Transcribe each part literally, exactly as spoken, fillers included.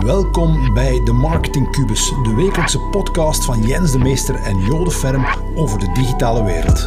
Welkom bij de Marketing Kubus, de wekelijkse podcast van Jens de Meester en Jo de Ferm over de digitale wereld.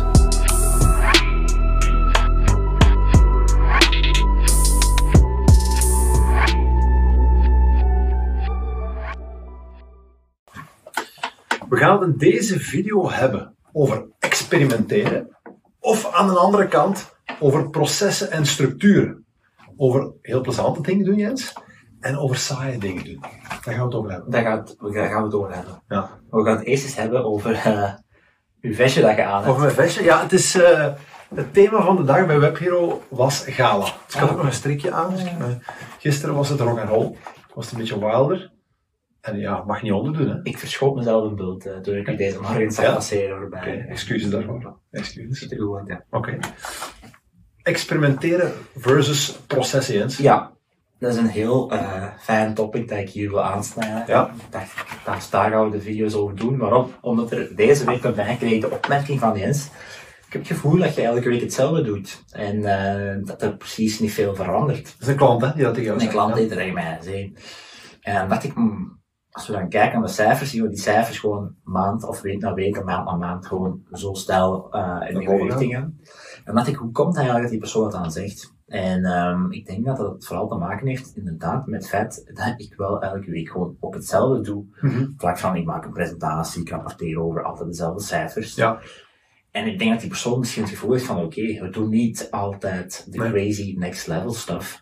We gaan het in deze video hebben over experimenteren of aan de andere kant over processen en structuren. Over heel plezante dingen doen, Jens, en over saaie dingen doen. Daar gaan we het over hebben. Daar gaan we, daar gaan we het over hebben. Ja. We gaan het eerst eens hebben over uh, uw vestje dat je aan hebt. Over mijn vestje? Ja, het is uh, het thema van de dag bij WebHero was gala. Dus ik had ook nog een strikje aan. Dus ik, uh, gisteren was het rock and roll. Het was een beetje wilder. En ja, mag niet onderdoen, hè? Ik verschoot mezelf een bult uh, toen ik u deze morgen zag ja? passeren voorbij. Oké, okay, excuses daarvoor. Excuses. Ziet er goed uit, ja. Oké. Okay. Experimenteren versus processen, Jens. Ja, dat is een heel uh, fijn topic dat ik hier wil aansnijden. Ja. Ik dacht, daar, daar gaan we de video's over doen. Waarom? Omdat er deze week bij mij kreeg de opmerking van Jens. Ik heb het gevoel dat je elke week hetzelfde doet. En uh, dat er precies niet veel verandert. Dat is een klant, hè? Die dat tegen jou Een klant die dat tegen mij zei. En dan dacht ik, hmm, als we dan kijken naar de cijfers, zien we die cijfers gewoon maand of week na week, maand na maand gewoon zo stijl uh, in de goede richting gaan. En dacht ik, hoe komt het eigenlijk dat die persoon dat dan zegt? En um, ik denk dat dat vooral te maken heeft, inderdaad, met het feit dat ik wel elke week gewoon op hetzelfde doe. Mm-hmm. Vlak van, ik maak een presentatie, ik rapporteer over altijd dezelfde cijfers. Ja. En ik denk dat die persoon misschien het gevoel heeft van, oké, okay, we doen niet altijd de nee. crazy next level stuff.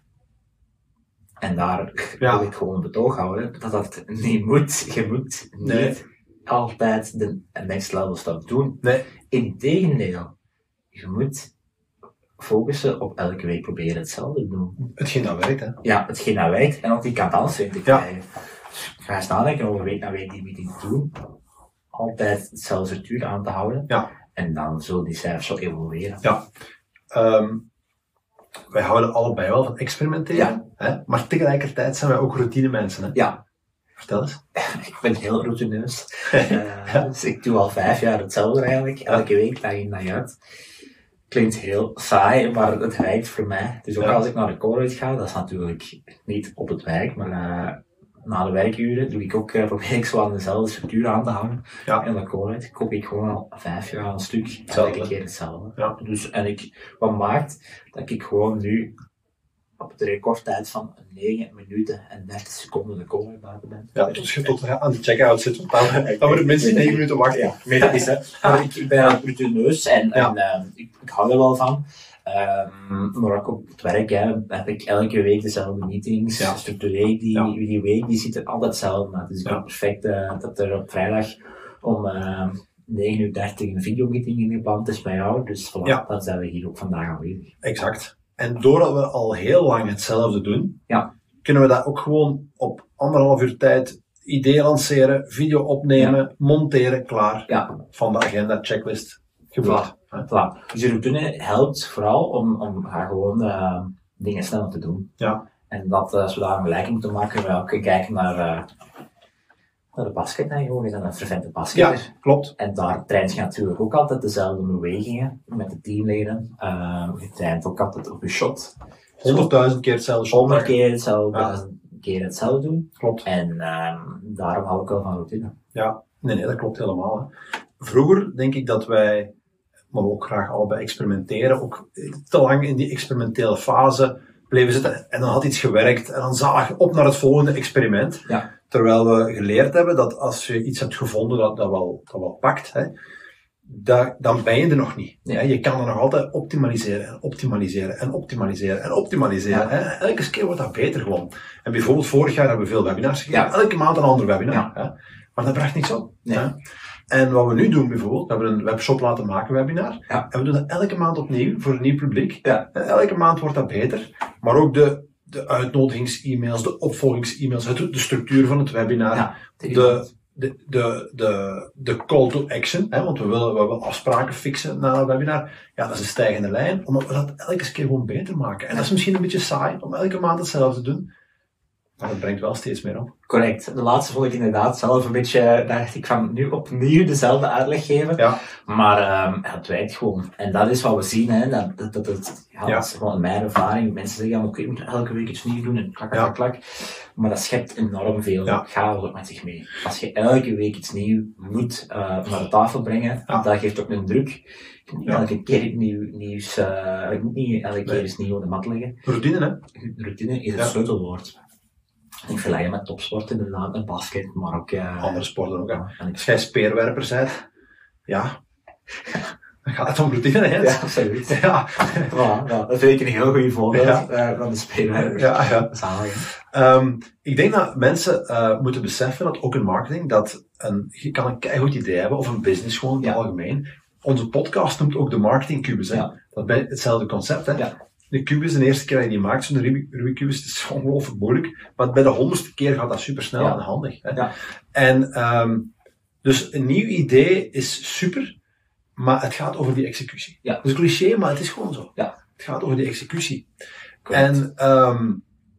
En daar ja. wil ik gewoon betoog houden, dat dat niet moet. Je moet niet nee. altijd de next level stuff doen. Nee. Integendeel, je moet focussen op elke week proberen hetzelfde te doen. Hetgeen dat werkt, hè? Ja, hetgeen dat werkt en ook die kantansen te krijgen. Ja. Dus ga eens nadenken over week na week die meeting te doen. Altijd hetzelfde structuur aan te houden. Ja. En dan zullen die cijfers zo evolueren. Ja. Um, wij houden allebei wel van experimenteren. Ja. Hè? Maar tegelijkertijd zijn wij ook routine mensen, hè? Ja. Vertel eens. Ik ben heel routineus. uh, ja. Dus ik doe al vijf jaar hetzelfde eigenlijk. Elke week, dag in dag uit. Klinkt heel saai, maar het werkt voor mij. Dus ook ja. als ik naar de college ga, dat is natuurlijk niet op het werk, maar uh, na de werkuren doe ik ook, uh, probeer ik zo aan dezelfde structuur aan te hangen. Ja. En de college koop ik gewoon al vijf jaar een stuk, elke keer hetzelfde. Ja. Dus, en ik, wat maakt dat ik gewoon nu op de recordtijd van negen minuten en dertig seconden de college buiten ben. Ja, dus je tot aan de check-out zit, want dan, dan moeten mensen negen minuten wachten. Ja, nee, dat is het. Maar ik, ik ben een routineus en, ja. en uh, ik, ik hou er wel van. Um, maar ook op het werk hè, heb ik elke week dezelfde meetings, ja. structureer ik die, ja. die week, die ziet er altijd hetzelfde uit. Dus ik ja. heb perfect uh, dat er op vrijdag om uh, negen uur dertig een videomeeting ingepland is bij jou, dus voilà, ja. dan zijn we hier ook vandaag aanwezig. Exact. En doordat we al heel lang hetzelfde doen, ja. kunnen we dat ook gewoon op anderhalf uur tijd idee lanceren, video opnemen, ja. monteren, klaar, ja. van de agenda, checklist, gebeurd. Voilà. Voilà. Dus de routine helpt vooral om, om gewoon uh, dingen sneller te doen. Ja. En dat, uh, als we daar een vergelijking moeten maken, we ook kijken naar, uh, naar de basket en gewoon eens aan een fervente basketter. Ja, klopt. En daar traint je natuurlijk ook altijd dezelfde bewegingen met de teamleden. Uh, je traint ook altijd op je shot. Honderdduizend keer hetzelfde shot. Honderd keer hetzelfde, ja. keer hetzelfde doen. Klopt. En uh, daarom hou ik wel van routine. Ja, nee, nee, dat klopt helemaal. Hè. Vroeger denk ik dat wij, maar we ook graag allebei experimenteren, ook te lang in die experimentele fase bleven zitten. En dan had iets gewerkt en dan zaag op naar het volgende experiment. Ja. Terwijl we geleerd hebben dat als je iets hebt gevonden dat, dat, wel, dat wel pakt, hè, dat, dan ben je er nog niet. Nee. Hè. Je kan er nog altijd optimaliseren en optimaliseren en optimaliseren en optimaliseren. Ja. Hè. Elke keer wordt dat beter gewoon. En bijvoorbeeld vorig jaar hebben we veel webinars gegeven. Ja. Elke maand een ander webinar. Ja. Hè. Maar dat bracht niks op. Nee. Hè. En wat we nu doen bijvoorbeeld, we hebben een webshop laten maken webinar. Ja. En we doen dat elke maand opnieuw voor een nieuw publiek. Ja. En elke maand wordt dat beter. Maar ook de, de uitnodigings-e-mails, de opvolgings-e-mails, het, de structuur van het webinar. Ja, de, de, de, de, de call to action. Hè, want we willen, we willen afspraken fixen na het webinar. Ja, dat is een stijgende lijn. Omdat we dat elke keer gewoon beter maken. En dat is misschien een beetje saai om elke maand hetzelfde te doen. Maar het brengt wel steeds meer op. Correct. De laatste vond ik inderdaad zelf een beetje, dacht ik van nu opnieuw dezelfde uitleg geven. Ja. Maar um, het werkt gewoon. En dat is wat we zien, hè. Dat, dat, dat, dat, ja, Ja. dat is gewoon mijn ervaring. Mensen zeggen, ja, oké, je moet elke week iets nieuws doen en klak, klak, Ja. klak. Maar dat schept enorm veel Ja. chaos ook met zich mee. Als je elke week iets nieuws moet uh, naar de tafel brengen, Ja. dat geeft ook een druk. Je moet niet Ja. elke keer nieuw, nieuws, uh, je moet niet elke keer Nee. iets nieuws op de mat leggen. Routine, hè? Routine is het Ja. sleutelwoord. Ik vergelijk het met topsport inderdaad, met basket, maar ook... Uh, Andere sporten ook, hè? ja, en ik- Als jij speerwerper bent, ja, dan gaat het om routine, hè? Ja, absoluut. Ja. Voilà, ja, dat vind ik een heel goed voorbeeld Ja. uh, van de speler. Ja, ja. Zalig. Um, ik denk dat mensen uh, moeten beseffen dat ook in marketing, dat een, je kan een keigoed idee hebben, of een business gewoon in het Ja. algemeen. Onze podcast noemt ook de marketing kubus, hè? Ja. Dat is hetzelfde concept, hè? Ja. De kubus, de eerste keer dat je die maakt, zo'n Rubik- Rubik kubus, het is ongelooflijk moeilijk. Maar bij de honderdste keer gaat dat supersnel Ja. en handig. Hè? Ja. En um, dus een nieuw idee is super, maar het gaat over die executie. Ja. Dat is een cliché, maar het is gewoon zo. Ja. Het gaat over die executie. Correct. En um,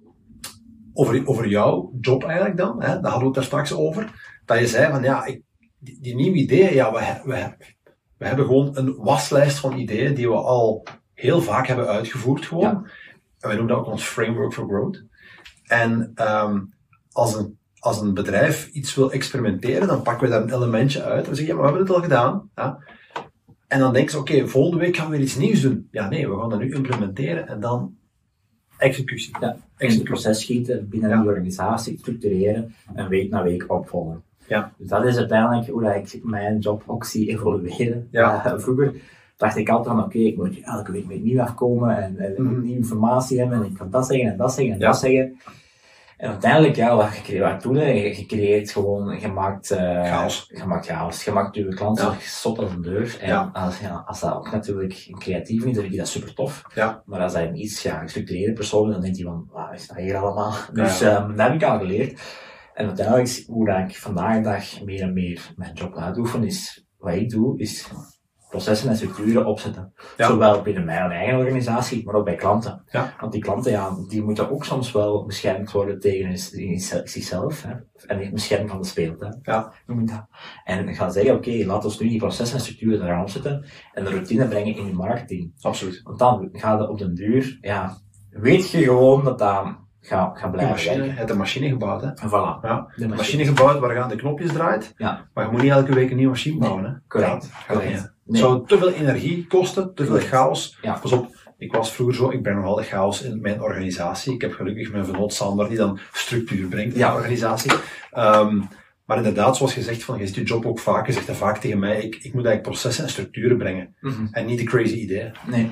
over, over jouw job eigenlijk dan, hè, daar hadden we het daar straks over, dat je zei van ja, ik, die, die nieuwe ideeën, ja, we, we, we hebben gewoon een waslijst van ideeën die we al heel vaak hebben uitgevoerd gewoon. Ja. En wij noemen dat ook ons framework for growth. En um, als, een, als een bedrijf iets wil experimenteren, dan pakken we daar een elementje uit. En we zeggen, ja, maar we hebben het al gedaan. Ja. En dan denken ze, oké, okay, volgende week gaan we weer iets nieuws doen. Ja, nee, we gaan dat nu implementeren en dan executie. Ja, in het proces schieten, binnen Ja. die organisatie, structureren en week na week opvolgen. Ja. Dus dat is uiteindelijk hoe dat ik mijn job ook zie evolueren. Ja. Uh, vroeger dacht ik altijd van oké, okay, ik moet elke week met nieuw afkomen en, en ik moet Mhm. nieuwe informatie hebben en ik kan dat zeggen en dat zeggen en Ja. dat zeggen. En uiteindelijk, ja, wat je, wat je doet, hè, je, je creëert gewoon, je maakt, uh, Chaos. je maakt chaos. Je maakt je klant Ja. zo zot als een deur. En Ja. als, ja, als dat ook natuurlijk een creatief is, dan vind je dat super tof. Ja. Maar als hij een iets ja, gestructureerde persoon is, dan denkt hij van, wat is dat hier allemaal? Ja. Dus um, dat heb ik al geleerd. En uiteindelijk, is hoe dat ik vandaag de dag meer en meer mijn job uitoefen, is, wat ik doe, is processen en structuren opzetten. Ja. Zowel binnen mijn eigen organisatie, maar ook bij klanten. Ja. Want die klanten, ja, die moeten ook soms wel beschermd worden tegen hun- zichzelf, hè. En niet beschermd van de speeltuin. Ja. Noem ik dat. En gaan zeggen, oké, okay, laat ons nu die processen en structuren eraan opzetten en de routine brengen in je marketing. Absoluut. Want dan gaat het op den duur, ja, weet je gewoon dat dat gaat, gaat De blijven machine, je werken. hebt een machine gebouwd, hè? En voilà. Ja. De Een machine gebouwd waar je aan de knopjes draait, Ja, maar je moet niet elke week een nieuwe machine bouwen, hè? correct. Ja, gaat correct. niet, hè. Nee. Het zou te veel energie kosten, te veel Correct. chaos. Ja. Pas op, ik was vroeger zo, ik breng nog altijd chaos in mijn organisatie. Ik heb gelukkig mijn vernoot Sander die dan structuur brengt in Ja. de organisatie. Um, maar inderdaad, zoals je zegt, van, je ziet je job ook vaak, je zegt dat vaak tegen mij, ik, ik moet eigenlijk processen en structuren brengen. Mhm. En niet de crazy ideeën. Nee.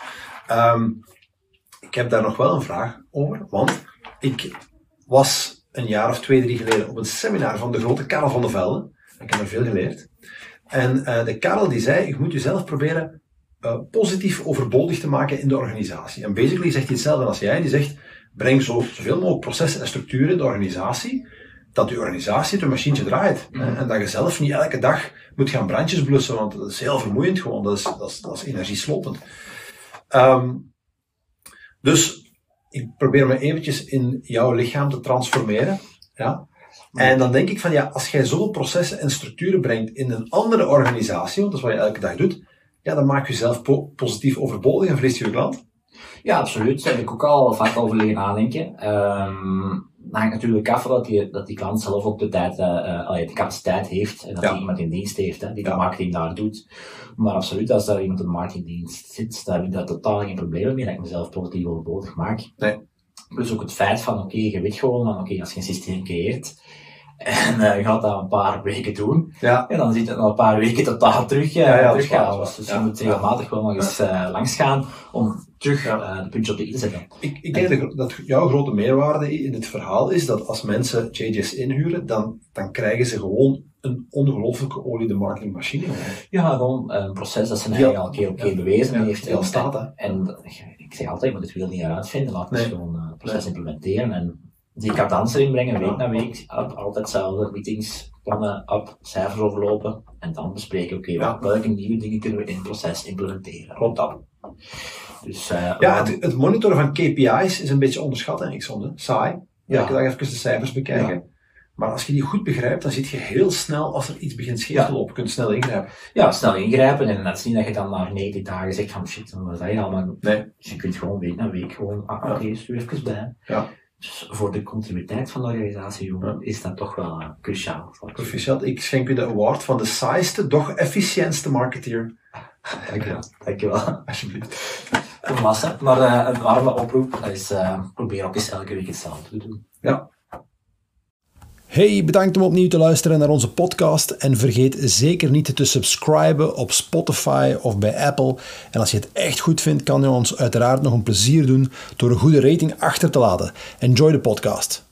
Um, ik heb daar nog wel een vraag over, want ik was een jaar of twee, drie geleden op een seminar van de grote Karel van de Velde. Ik heb er veel geleerd. En uh, de Karel die zei, je moet jezelf proberen uh, positief overbodig te maken in de organisatie. En basically zegt hij hetzelfde als jij. Die zegt, breng zo, zoveel mogelijk processen en structuren in de organisatie, dat je organisatie het machientje draait. Mm. En dat je zelf niet elke dag moet gaan brandjes blussen, want dat is heel vermoeiend gewoon. Dat is, dat is, dat is energieslopend. Um, dus ik probeer me eventjes in jouw lichaam te transformeren. Ja? En dan denk ik van ja, als jij zoveel processen en structuren brengt in een andere organisatie, want dat is wat je elke dag doet, ja, dan maak je jezelf po- positief overbodig en verlies je je klant. Ja, absoluut. Daar heb ik ook al vaak over leren nadenken. Um, dan hangt natuurlijk af dat die, dat die klant zelf ook de tijd, uh, uh, de capaciteit heeft en dat Ja. hij iemand in dienst heeft, hè, die Ja. de marketing daar doet. Maar absoluut, als daar iemand in de marketingdienst zit, dan heb ik daar totaal geen probleem mee dat ik mezelf positief overbodig maak. Nee. Plus ook het feit van, oké, okay, je weet gewoon van, oké, okay, als je een systeem creëert, en uh, je gaat dat een paar weken doen, Ja. en dan zit het na een paar weken totaal terug, uh, Ja, ja, terug dat is waar, gaan. dat is waar. Dus Ja. je moet Ja. regelmatig wel nog eens uh, langs gaan om terug Ja. uh, de puntje op de i te zetten. Ik, ik denk dat, dat jouw grote meerwaarde in het verhaal is dat als mensen J J's inhuren, dan, dan krijgen ze gewoon een ongelooflijke oliede marketingmachine. Ja, gewoon een proces dat ze Ja. eigenlijk al een keer, een keer Ja. bewezen Ja, heeft. die al En- staat, hè. En ik zeg altijd, je moet het wiel niet uitvinden, laat ons Nee. gewoon uh, het proces implementeren en die cadans erin brengen, week na week, up, altijd hetzelfde, meetings, plannen, up, cijfers overlopen en dan bespreken, oké, okay, Ja. welke nieuwe dingen kunnen we in het proces implementeren. Klopt dat. Dus, uh, Ja, het, het monitoren van K P I's is een beetje onderschat, denk ik soms. Hè. Saai. Ja. Elke dag even de cijfers bekijken. Ja. Maar als je die goed begrijpt, dan zit je heel snel, als er iets begint scheef te lopen, kunt snel ingrijpen. Ja, snel ingrijpen. En dat is niet dat je dan na negentig dagen zegt van shit, wat is dat je allemaal? Nee. Dus je kunt gewoon week na week gewoon, ah, oké, okay, stuur even bij. Ja. Dus voor de continuïteit van de organisatie, jongen, ja. is dat toch wel uh, cruciaal. Proficiat, ik schenk u de award van de saaiste, doch efficiëntste marketeer. Dankjewel. Dankjewel. Alsjeblieft. Massa. Maar uh, een warme oproep, dat is uh, probeer ook eens elke week hetzelfde te doen. Ja. Hey, bedankt om opnieuw te luisteren naar onze podcast en vergeet zeker niet te subscriben op Spotify of bij Apple. En als je het echt goed vindt, kan je ons uiteraard nog een plezier doen door een goede rating achter te laten. Enjoy de podcast.